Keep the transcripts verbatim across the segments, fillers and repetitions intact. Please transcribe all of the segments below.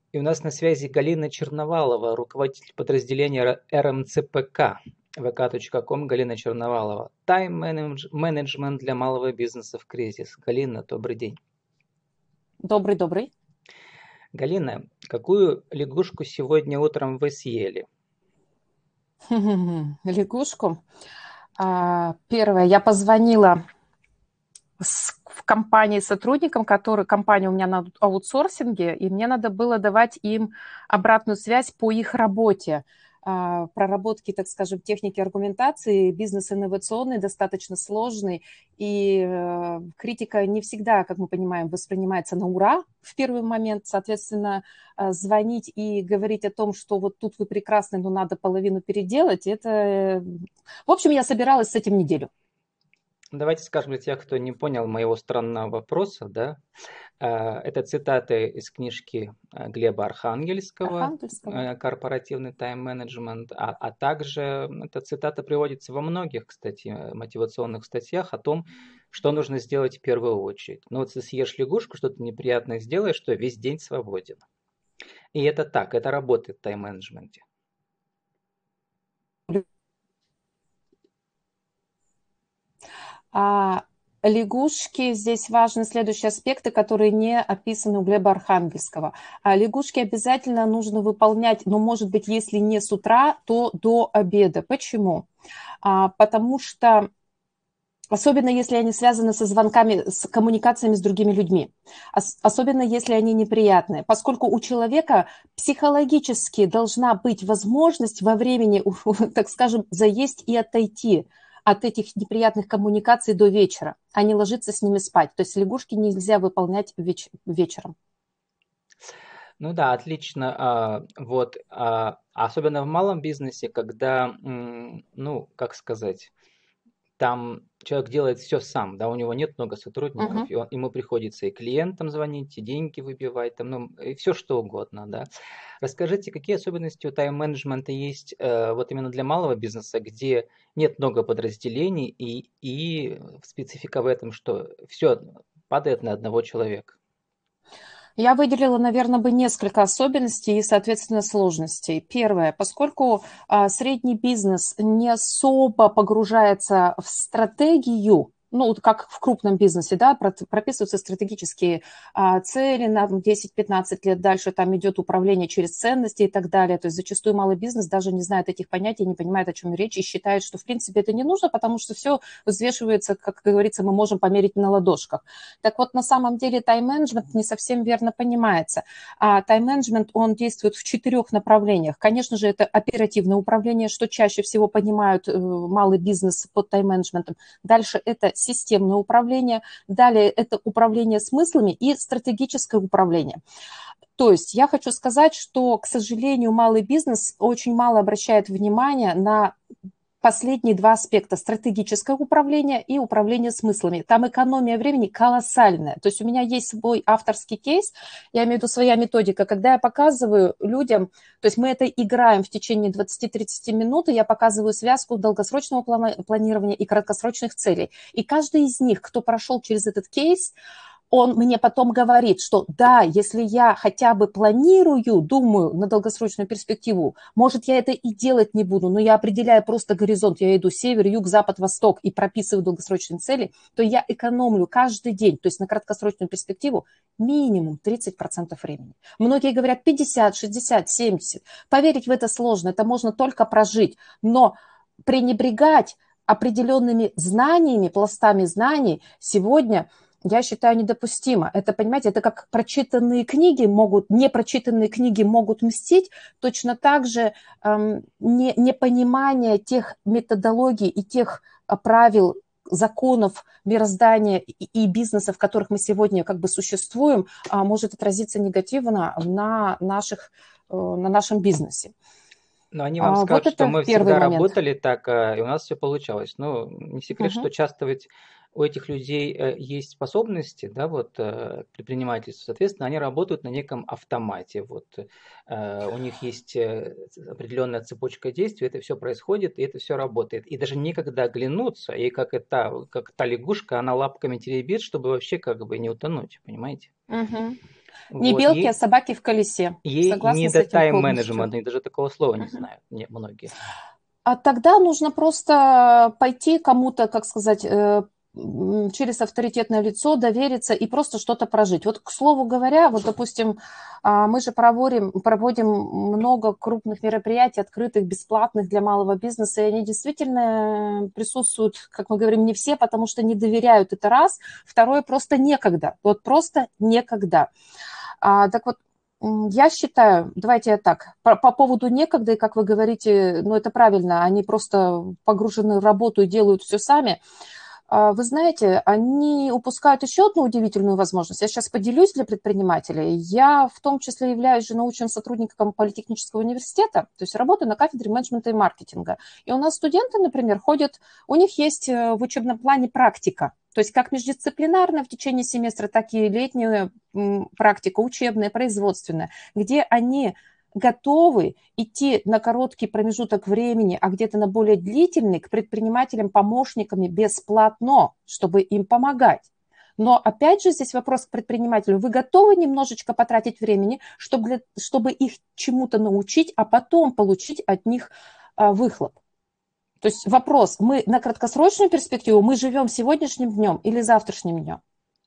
И у нас на связи Галина Черновалова, руководитель подразделения эр эм цэ пэ ка, вэ ка точка ком, Галина Черновалова. Тайм-менеджмент для малого бизнеса в кризис. Галина, добрый день. Добрый-добрый. Галина, какую лягушку сегодня утром вы съели? Лягушку. А, Первое, я позвонила с- в компании сотрудникам, которые, компания у меня на аутсорсинге, и мне надо было давать им обратную связь по их работе. А, Проработки, так скажем, техники аргументации, бизнес инновационный, достаточно сложный, и э, критика не всегда, как мы понимаем, воспринимается на ура в первый момент. Соответственно, э, звонить и говорить о том, что вот тут вы прекрасны, но надо половину переделать, это... э, В общем, я собиралась с этим неделю. Давайте скажем для тех, кто не понял моего странного вопроса, да, а, это цитаты из книжки а, Глеба Архангельского Архангельского. э, «Корпоративный тайм-менеджмент», а, а также эта цитата приводится во многих, кстати, э, мотивационных статьях о том, что нужно сделать в первую очередь. Ну вот если съешь лягушку, что-то неприятное сделаешь, что весь день свободен. И это так, это работает в тайм-менеджменте. А лягушки, здесь важны следующие аспекты, которые не описаны у Глеба Архангельского. А лягушки обязательно нужно выполнять, но, может быть, если не с утра, то до обеда. Почему? А, потому что особенно если они связаны со звонками, с коммуникациями с другими людьми. Ос- особенно если они неприятные. Поскольку у человека психологически должна быть возможность во времени, так скажем, заесть и отойти от этих неприятных коммуникаций до вечера, а не ложиться с ними спать. То есть лягушки нельзя выполнять веч- вечером. Ну да, отлично. А, вот, а, особенно в малом бизнесе, когда, м, ну, как сказать, там человек делает все сам, да, у него нет много сотрудников, Мгм. и он, ему приходится и клиентам звонить, и деньги выбивать, там, ну, и все что угодно, да. Расскажите, какие особенности у тайм-менеджмента есть э, вот именно для малого бизнеса, где нет много подразделений, и, и специфика в этом, что все падает на одного человека. Я выделила, наверное, бы несколько особенностей и, соответственно, сложностей. Первое, поскольку а, средний бизнес не особо погружается в стратегию, ну, вот как в крупном бизнесе, да, прописываются стратегические а, цели на десять-пятнадцать лет, дальше там идет управление через ценности и так далее. То есть зачастую малый бизнес даже не знает этих понятий, не понимает, о чем речь, и считает, что, в принципе, это не нужно, потому что все взвешивается, как говорится, мы можем померить на ладошках. Так вот, на самом деле тайм-менеджмент не совсем верно понимается. А тайм-менеджмент, он действует в четырех направлениях. Конечно же, это оперативное управление, что чаще всего понимают э, малый бизнес под тайм-менеджментом. Дальше это системное управление. Далее это управление смыслами и стратегическое управление. То есть я хочу сказать, что, к сожалению, малый бизнес очень мало обращает внимание на последние два аспекта – стратегическое управление и управление смыслами. Там экономия времени колоссальная. То есть у меня есть свой авторский кейс, я имею в виду своя методика, когда я показываю людям, то есть мы это играем в течение двадцати-тридцати минут, и я показываю связку долгосрочного планирования и краткосрочных целей. И каждый из них, кто прошел через этот кейс, он мне потом говорит, что да, если я хотя бы планирую, думаю на долгосрочную перспективу, может, я это и делать не буду, но я определяю просто горизонт, я иду север, юг, запад, восток и прописываю долгосрочные цели, то я экономлю каждый день, то есть на краткосрочную перспективу минимум тридцать процентов времени. Многие говорят пятьдесят, шестьдесят, семьдесят. Поверить в это сложно, это можно только прожить, но пренебрегать определенными знаниями, пластами знаний сегодня – я считаю недопустимо. Это, понимаете, это как прочитанные книги могут, непрочитанные книги могут мстить, точно так же эм, не, непонимание тех методологий и тех а, правил, законов мироздания и, и бизнеса, в которых мы сегодня как бы существуем, а, может отразиться негативно на, наших, э, на нашем бизнесе. Но они вам А, вот скажут, что это мы первый всегда момент. работали так, а, и у нас все получалось. Ну, не секрет, что Мгм. часто ведь у этих людей э, есть способности, да, вот э, к предпринимательству, соответственно, они работают на неком автомате. Вот э, у них есть э, определенная цепочка действий, это все происходит, и это все работает. И даже некогда оглянуться, и как это, как та лягушка, она лапками теребит, чтобы вообще как бы не утонуть, понимаете? Мгм. Не Вот, белки, а ей, собаки в колесе. ей не Согласна с до этим полностью. тайм-менеджмента, они даже такого слова не знают, не, многие. А тогда нужно просто пойти кому-то, как сказать, э, м, через авторитетное лицо, довериться и просто что-то прожить. Вот, к слову говоря, вот, допустим, а, мы же проводим, проводим много крупных мероприятий, открытых, бесплатных для малого бизнеса, и они действительно присутствуют, как мы говорим, не все, потому что не доверяют, это раз. Второе, просто некогда. Вот просто некогда. А, так вот, м, я считаю, давайте я так, по, по поводу некогда, и как вы говорите, ну это правильно, они просто погружены в работу и делают все сами. А, Вы знаете, они упускают еще одну удивительную возможность. Я сейчас поделюсь для предпринимателей. Я в том числе являюсь же научным сотрудником Политехнического университета, то есть работаю на кафедре менеджмента и маркетинга. И у нас студенты, например, ходят, у них есть э, в учебном плане практика. То есть как междисциплинарная в течение семестра, так и летняя м, практика, учебная, производственная, где они готовы идти на короткий промежуток времени, а где-то на более длительный, к предпринимателям помощниками бесплатно, чтобы им помогать. Но опять же здесь вопрос к предпринимателю. Вы готовы немножечко потратить времени, чтобы, чтобы их чему-то научить, а потом получить от них а, выхлоп? То есть вопрос, мы на краткосрочную перспективу, мы живем сегодняшним днем или завтрашним днем?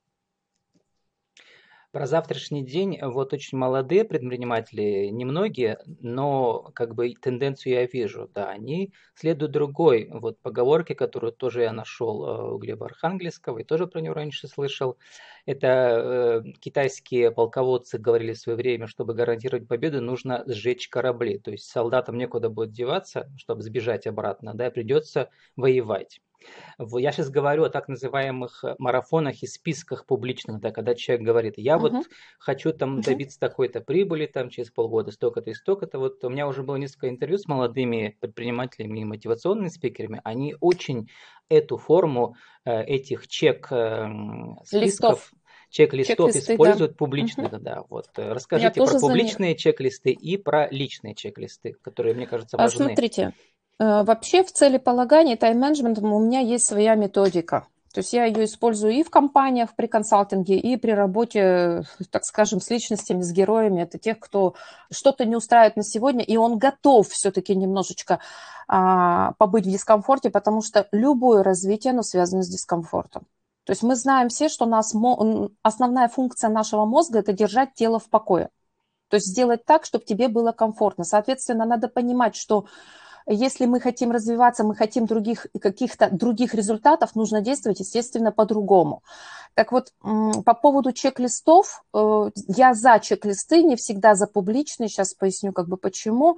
Про завтрашний день, вот очень молодые предприниматели, немногие, но как бы тенденцию я вижу, да, они следуют другой вот поговорке, которую тоже я нашел э, у Глеба Архангельского и тоже про него раньше слышал. Это э, китайские полководцы говорили в свое время, чтобы гарантировать победу, нужно сжечь корабли, то есть солдатам некуда будет деваться, чтобы сбежать обратно, да, придется воевать. Я сейчас говорю о так называемых э, марафонах и списках публичных, да, когда человек говорит, я Мгм, вот хочу там мгм. добиться такой-то прибыли там через полгода, столько-то и столько-то. Вот у меня уже было несколько интервью с молодыми предпринимателями и мотивационными спикерами. Они очень эту форму э, этих чек э, Листов, списков, чек-листов чек-листы, да. используют Мгм. публичных, да. Вот э, Я расскажите про тоже за них. публичные чек-листы и про личные чек-листы, которые, мне кажется, А, важны. Смотрите, э, вообще в целеполагании тайм-менеджментом у меня есть своя методика. То есть я ее использую и в компаниях при консалтинге, и при работе, так скажем, с личностями, с героями. Это тех, кто что-то не устраивает на сегодня, и он готов все-таки немножечко а, побыть в дискомфорте, потому что любое развитие, оно связано с дискомфортом. То есть мы знаем все, что нас, основная функция нашего мозга – это держать тело в покое. То есть сделать так, чтобы тебе было комфортно. Соответственно, надо понимать, что если мы хотим развиваться, мы хотим других, каких-то других результатов, нужно действовать, естественно, по-другому. Так вот, по поводу чек-листов, э, я за чек-листы, не всегда за публичные, сейчас поясню как бы почему.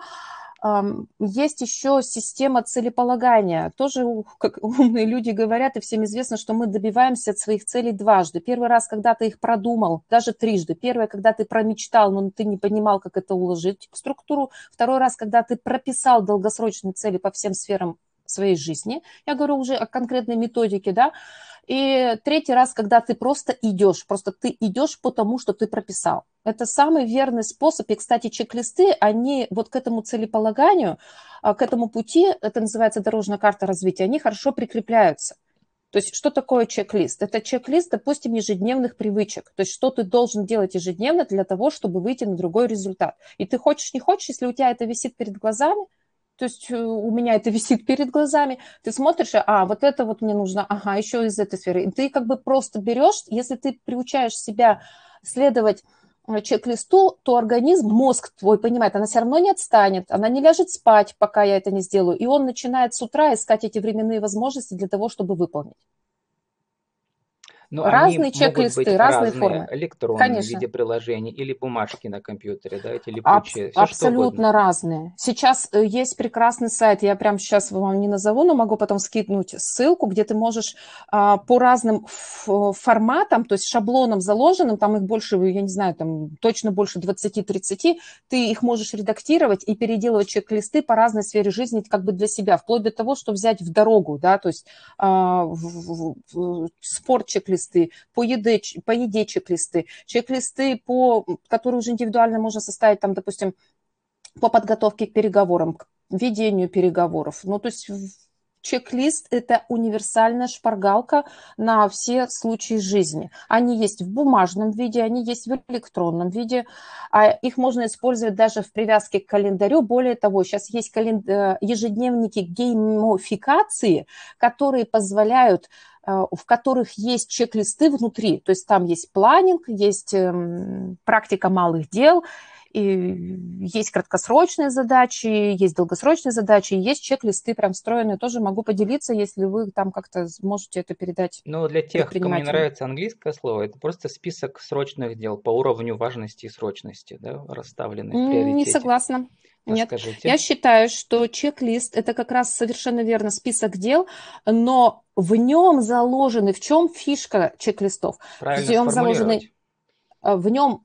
Есть еще система целеполагания. Тоже, как умные люди говорят, и всем известно, что мы добиваемся от своих целей дважды. Первый раз, когда ты их продумал, даже трижды. Первое, когда ты промечтал, но ты не понимал, как это уложить в структуру. Второй раз, когда ты прописал долгосрочные цели по всем сферам своей жизни. Я говорю уже о конкретной методике, да. И третий раз, когда ты просто идешь, просто ты идешь по тому, что ты прописал. Это самый верный способ. И, кстати, чек-листы, они вот к этому целеполаганию, а, к этому пути, это называется дорожная карта развития, они хорошо прикрепляются. То есть что такое чек-лист? Это чек-лист, допустим, ежедневных привычек. То есть что ты должен делать ежедневно для того, чтобы выйти на другой результат. И ты хочешь, не хочешь, если у тебя это висит перед глазами, то есть у меня это висит перед глазами, ты смотришь, а, вот это вот мне нужно, ага, еще из этой сферы. И ты как бы просто берешь, если ты приучаешь себя следовать чек-листу, то организм, мозг твой понимает, она все равно не отстанет, она не ляжет спать, пока я это не сделаю. И он начинает с утра искать эти временные возможности для того, чтобы выполнить. Ну, они Разные могут быть чек-листы, разные разные, формы. электронные в Конечно. виде приложений или бумажки на компьютере, да, эти Аб- липучие, все что угодно. абсолютно разные. Сейчас э, есть прекрасный сайт, я прямо сейчас вам не назову, но могу потом скинуть ссылку, где ты можешь а, по разным ф- форматам, то есть шаблонам заложенным, там их больше, я не знаю, там точно больше двадцати-тридцати, ты их можешь редактировать и переделывать чек-листы по разной сфере жизни как бы для себя, вплоть до того, что взять в дорогу, да, то есть а, в, в- в- спорт чек-листы, по еде, ч- по еде чек-листы, чек-листы, по, которые уже индивидуально можно составить, там, допустим, по подготовке к переговорам, к ведению переговоров. Ну, то есть Чек-лист – это универсальная шпаргалка на все случаи жизни. Они есть в бумажном виде, они есть в электронном виде. А их можно использовать даже в привязке к календарю. Более того, сейчас есть календ... ежедневники геймификации, которые позволяют, в которых есть чек-листы внутри. То есть там есть планинг, есть практика малых дел, и есть краткосрочные задачи, есть долгосрочные задачи, и есть чек-листы прям встроенные. Тоже могу поделиться, если вы там как-то можете это передать Но для тех, кому не предпринимателям. нравится английское слово, это просто список срочных дел по уровню важности и срочности, да, расставлены в Не приоритете. согласна. Нет. Я Расскажите. считаю, что чек-лист – это как раз совершенно верно список дел, но в нем заложены, в чем фишка чек-листов? В Правильно нем заложены, сформулировать. в нем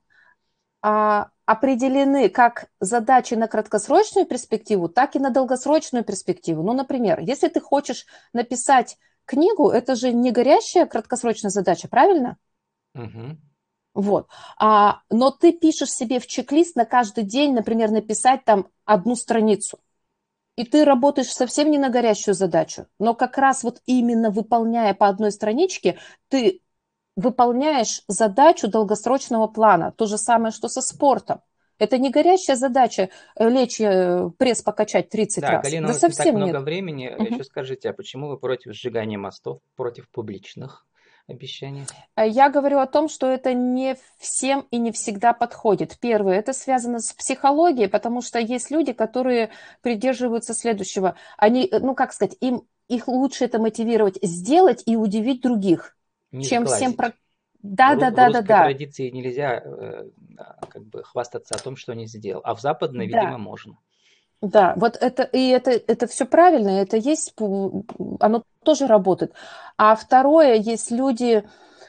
а, определены как задачи на краткосрочную перспективу, так и на долгосрочную перспективу. Ну, например, если ты хочешь написать книгу, это же не горящая краткосрочная задача, правильно? Угу. Вот. А, но ты пишешь себе в чек-лист на каждый день, например, написать там одну страницу. И ты работаешь совсем не на горящую задачу. Но как раз вот именно выполняя по одной страничке, ты выполняешь задачу долгосрочного плана. То же самое, что со спортом. Это не горящая задача лечь, э, пресс покачать тридцать Да, раз. Галина, у Да нас не так совсем много нет. времени. Мгм. Еще скажите, а почему вы против сжигания мостов, против публичных обещаний? Я говорю о том, что это не всем и не всегда подходит. Первое, это связано с психологией, потому что есть люди, которые придерживаются следующего. Они, ну как сказать, им, их лучше это мотивировать сделать и удивить других, Не чем всем про... сглазить. В, Да, ру- да, в да, да, русской да, традиции нельзя э, а, как бы хвастаться о том, что не сделал, а в западной, да. видимо, можно. Да, вот это и это, это все правильно, это есть, пу- оно тоже работает. А второе, есть люди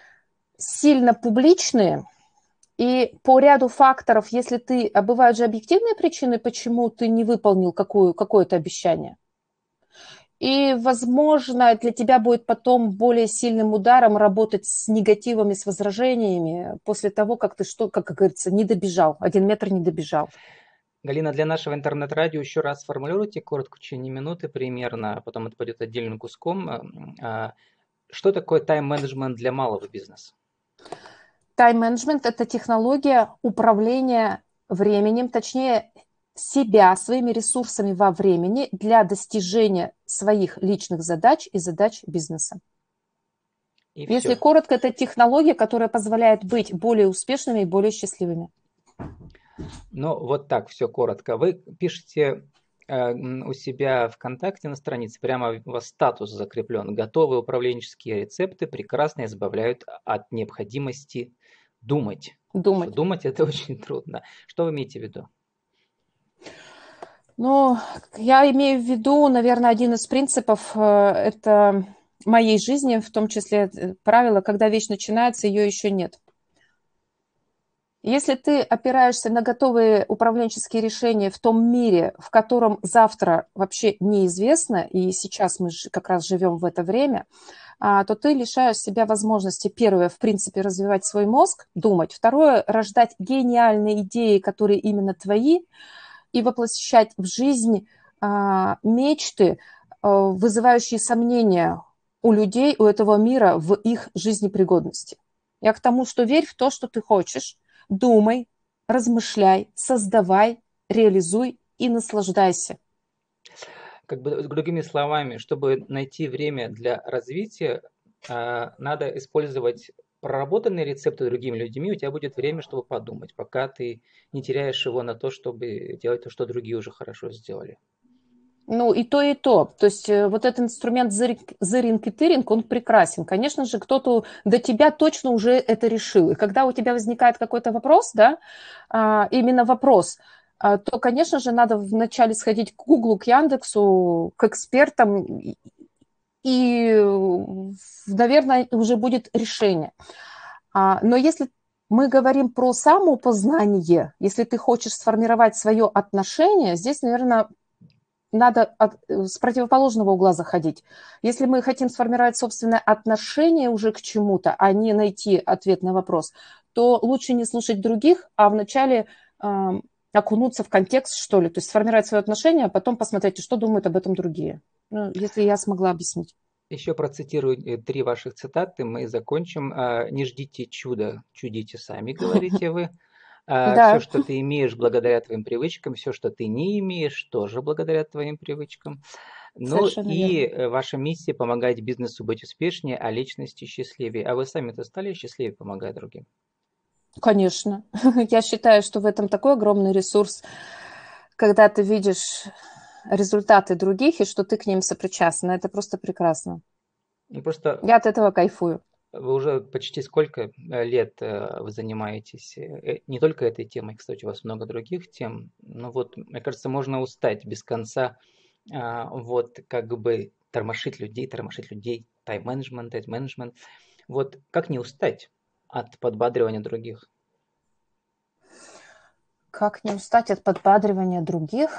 сильно публичные, и по ряду факторов, если ты, а бывают же объективные причины, почему ты не выполнил какую, какое-то обещание. И, возможно, для тебя будет потом более сильным ударом работать с негативами, с возражениями после того, как ты что, как говорится, не добежал, один метр не добежал. Галина, для нашего интернет-радио еще раз сформулируйте коротко, в течение минуты примерно, а потом это пойдет отдельным куском. м, а, Что такое тайм-менеджмент для малого бизнеса? Тайм-менеджмент – это технология управления временем, точнее, себя, своими ресурсами во времени для достижения своих личных задач и задач бизнеса. И Если все. коротко, это технология, которая позволяет быть более успешными и более счастливыми. Ну, вот так, все коротко. Вы пишете э, м, у себя ВКонтакте на странице, прямо у вас статус закреплен. Готовые управленческие рецепты прекрасно избавляют от необходимости думать. Потому что Думать. думать это очень трудно. Что вы имеете в виду? Ну, я имею в виду, наверное, один из принципов э, это моей жизни, в том числе э, правило, когда вещь начинается, ее еще нет. Если ты опираешься на готовые управленческие решения в том мире, в котором завтра вообще неизвестно, и сейчас мы как раз живем в это время, а, то ты лишаешь себя возможности, первое, в принципе, развивать свой мозг, думать, второе, рождать гениальные идеи, которые именно твои, и воплощать в жизнь а, мечты, а, вызывающие сомнения у людей, у этого мира в их жизнепригодности. Я к тому, что верь в то, что ты хочешь, думай, размышляй, создавай, реализуй и наслаждайся. Как бы другими словами, чтобы найти время для развития, а, надо использовать проработанные рецепты другими людьми, у тебя будет время, чтобы подумать, пока ты не теряешь его на то, чтобы делать то, что другие уже хорошо сделали. Ну, и то, и то. То есть э, вот этот инструмент зыринг и тыринг, он прекрасен. Конечно же, кто-то до тебя точно уже это решил. И когда у тебя возникает какой-то вопрос, да, а, именно вопрос, а, то, конечно же, надо вначале сходить к Гуглу, к Яндексу, к экспертам, и, и, наверное, уже будет решение. А, но если мы говорим про самопознание, если ты хочешь сформировать свое отношение, здесь, наверное, надо от, с противоположного угла заходить. Если мы хотим сформировать собственное отношение уже к чему-то, а не найти ответ на вопрос, то лучше не слушать других, а вначале э, окунуться в контекст, что ли, то есть сформировать свое отношение, а потом посмотреть, что думают об этом другие. Ну, если я смогла объяснить. Еще процитирую э, три ваших цитаты, мы закончим. А, «Не ждите чуда, чудите сами», говорите вы. А, «Все, Да, что ты имеешь благодаря твоим привычкам, все, что ты не имеешь, тоже благодаря твоим привычкам». Ну совершенно и верно. э, ваша миссия – помогать бизнесу быть успешнее, а личности счастливее. А вы сами-то стали счастливее, помогая другим? Конечно. Я считаю, что в этом такой огромный ресурс, когда ты видишь результаты других и что ты к ним сопричастна. Это просто прекрасно. Ну, просто Я от этого кайфую. вы уже почти сколько э, лет э, вы занимаетесь э, э, не только этой темой, кстати, у вас много других тем. Ну вот, мне кажется, можно устать без конца, а, вот как бы тормошить людей, тормошить людей, тайм-менеджмент, тайм-менеджмент. Вот как не устать от подбадривания других? Как не устать от подбадривания других?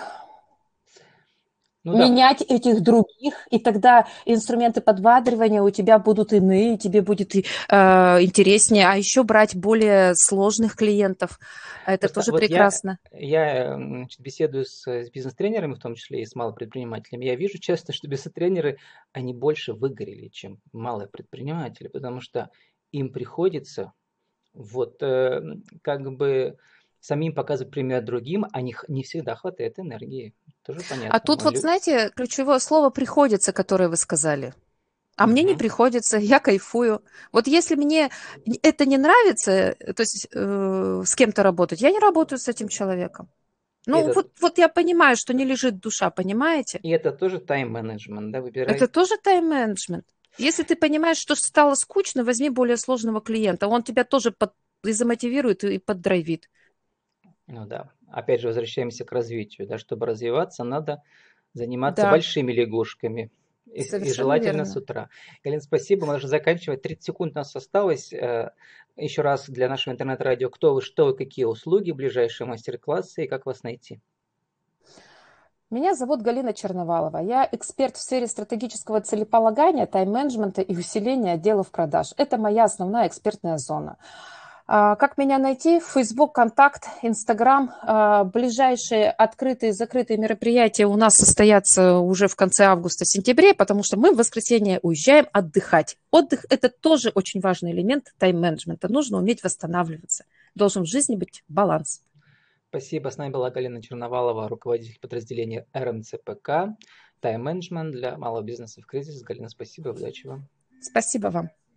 Ну да, Менять этих других, и тогда инструменты подбадривания у тебя будут иные, тебе будет и, э, интереснее, а еще брать более сложных клиентов. Это просто тоже вот я, прекрасно. я м, значит, беседую с, с бизнес-тренерами, в том числе и с малопредпринимателями. Я вижу часто, что бизнес-тренеры, они больше выгорели, чем малые предприниматели, потому что им приходится вот э, как бы самим показывать пример другим, а не, х- не всегда хватает энергии. Тоже А понятно. тут Мы вот, лю- знаете, ключевое слово «приходится», которое вы сказали. А мне не Мгм. приходится, я кайфую. Вот если мне это не нравится, то есть э, с кем-то работать, я не работаю с этим человеком. И Ну, это, вот, вот я понимаю, что не лежит душа, понимаете? и это тоже тайм-менеджмент, да, Это выбирай. тоже тайм-менеджмент. Если ты понимаешь, что стало скучно, возьми более сложного клиента. Он тебя тоже под, и замотивирует, и поддрайвит. Ну да. Опять же, возвращаемся к развитию, да, чтобы развиваться, надо заниматься Да, большими лягушками. И, и совершенно желательно с верно. утра. Галин, спасибо. Мы должны заканчивать. тридцать секунд у нас осталось. Э, Еще раз для нашего интернет-радио. Кто вы, что вы, какие услуги, ближайшие мастер-классы и как вас найти? Меня зовут Галина Черновалова. Я эксперт в сфере стратегического целеполагания, тайм-менеджмента и усиления отделов продаж. Это моя основная экспертная зона. А, Как меня найти? Facebook, Контакт, Инстаграм. А, Ближайшие открытые и закрытые мероприятия у нас состоятся уже в конце августа-сентябре, потому что мы в воскресенье уезжаем отдыхать. Отдых – это тоже очень важный элемент тайм-менеджмента. Нужно уметь восстанавливаться. Должен в жизни быть баланс. Спасибо. С нами была Галина Черновалова, руководитель подразделения эр эм цэ пэ ка, тайм-менеджмент для малого бизнеса в кризис. Галина, спасибо и удачи вам. Спасибо вам.